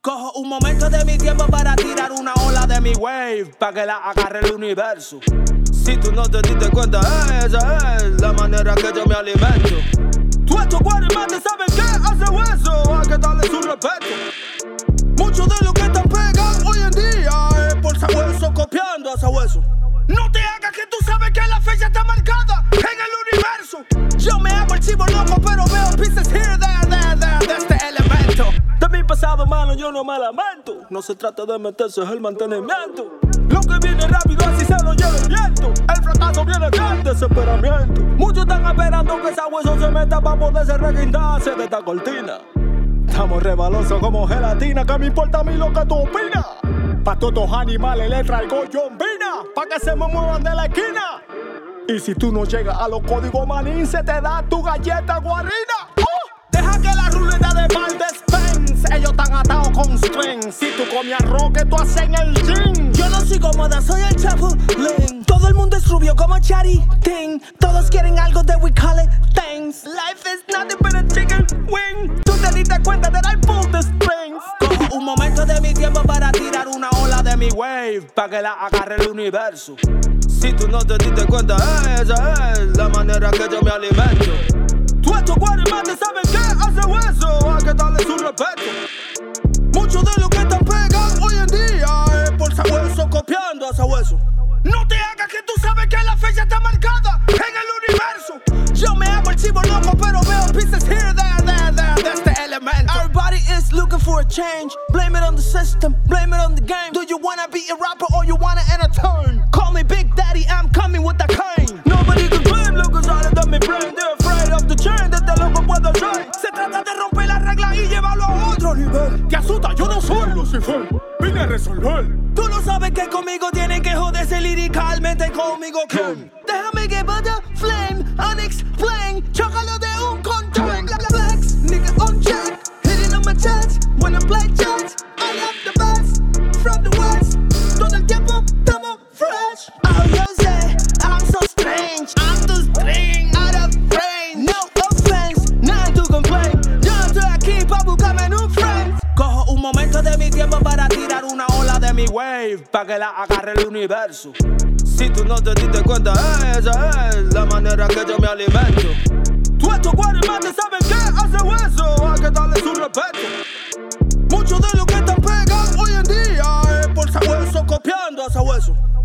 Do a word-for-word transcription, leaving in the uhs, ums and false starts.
Cojo un momento de mi tiempo para tirar una ola de mi wave, pa' que la agarre el universo. Si tú no te diste cuenta, esa es la manera que yo me alimento. Tú estos guarimates saben qué hace eso, hay que darle su respeto. Muchos de los que están pegados hoy en día es por sabueso copiando a sabueso. No te hagas que tú sabes que la fecha está marcada en el universo. Yo me hago el chivo loco, pero veo pieces here, there, there, there de este elemento. De mi pasado, mano, yo no me lamento. No se trata de meterse, es el mantenimiento. Lo que viene rápido, así se lo lleva el viento. El fracaso viene del desesperamiento. Muchos están esperando que esa hueso se meta para poderse reguindarse de esta cortina. Estamos rebalosos como gelatina, que me importa a mí lo que tú opinas. Pa' todos los animales le traigo yombina, pa' que se me muevan de la esquina. Y si tú no llegas a los códigos manín, se te da tu galleta guarina. ¡Oh! Deja que la ruleta de Valdez Pence, ellos están atados con strings. Si tú comes arroz que tú haces en el gym. Yo no soy cómoda, soy el chapulín. Todo el mundo es rubio como Charitín. Todos quieren algo de we call it things. Life is nothing but a chicken wing. Tú te diste cuenta that I pulled the strings. Cojo un momento de mi tiempo para tirar una ola de mi wave, pa' que la agarre el universo. Si tú no te diste cuenta, esa es la manera que yo me alimento. Tú estos guarimates saben qué hace eso, hay que darle su respeto. Muchos de los que están pegados hoy en día es por sabueso copiando a sabueso. No te hagas que tú sabes que la fecha está marcada en el universo. Yo me hago el chivo loco, pero veo pieces here, there, there, there de este elemento. Everybody is looking for a change. Blame it on the system, blame it on the game. Do you wanna be a rapper or you wanna entertain? Call me Big Daddy, I'm coming with the cane. Nobody can blame lo que sale de mi brain. They're afraid of the change, de este loco puedo ser. Se trata de romper las reglas y llevarlo a otro nivel. ¿Te asusta? Yo no soy Lucifer, vine a resolver. Tú no sabes que conmigo tienen que joderse liricalmente conmigo. ¿Quién? Déjame que vaya flame, unexplained. Chócalo de un control. Flex, nigga on check, hitting on my chest. When I play chess, I have the best from the west. Todo el tiempo estamos fresh. Oh, yo sé, I'm so strange. I'm too strange, out of brain. No offense, nada to complain. Yo estoy aquí pa' buscarme en un friend. Cojo un momento de mi tiempo para tirar una ola de mi wave, pa' que la agarre el universo. Si tú no te diste cuenta, esa es la manera que yo me alimento. Tú estos guarimates saben qué hace eso, hay que darle su respeto. Muchos de los que están pegados hoy en día es por sabueso copiando a sabueso.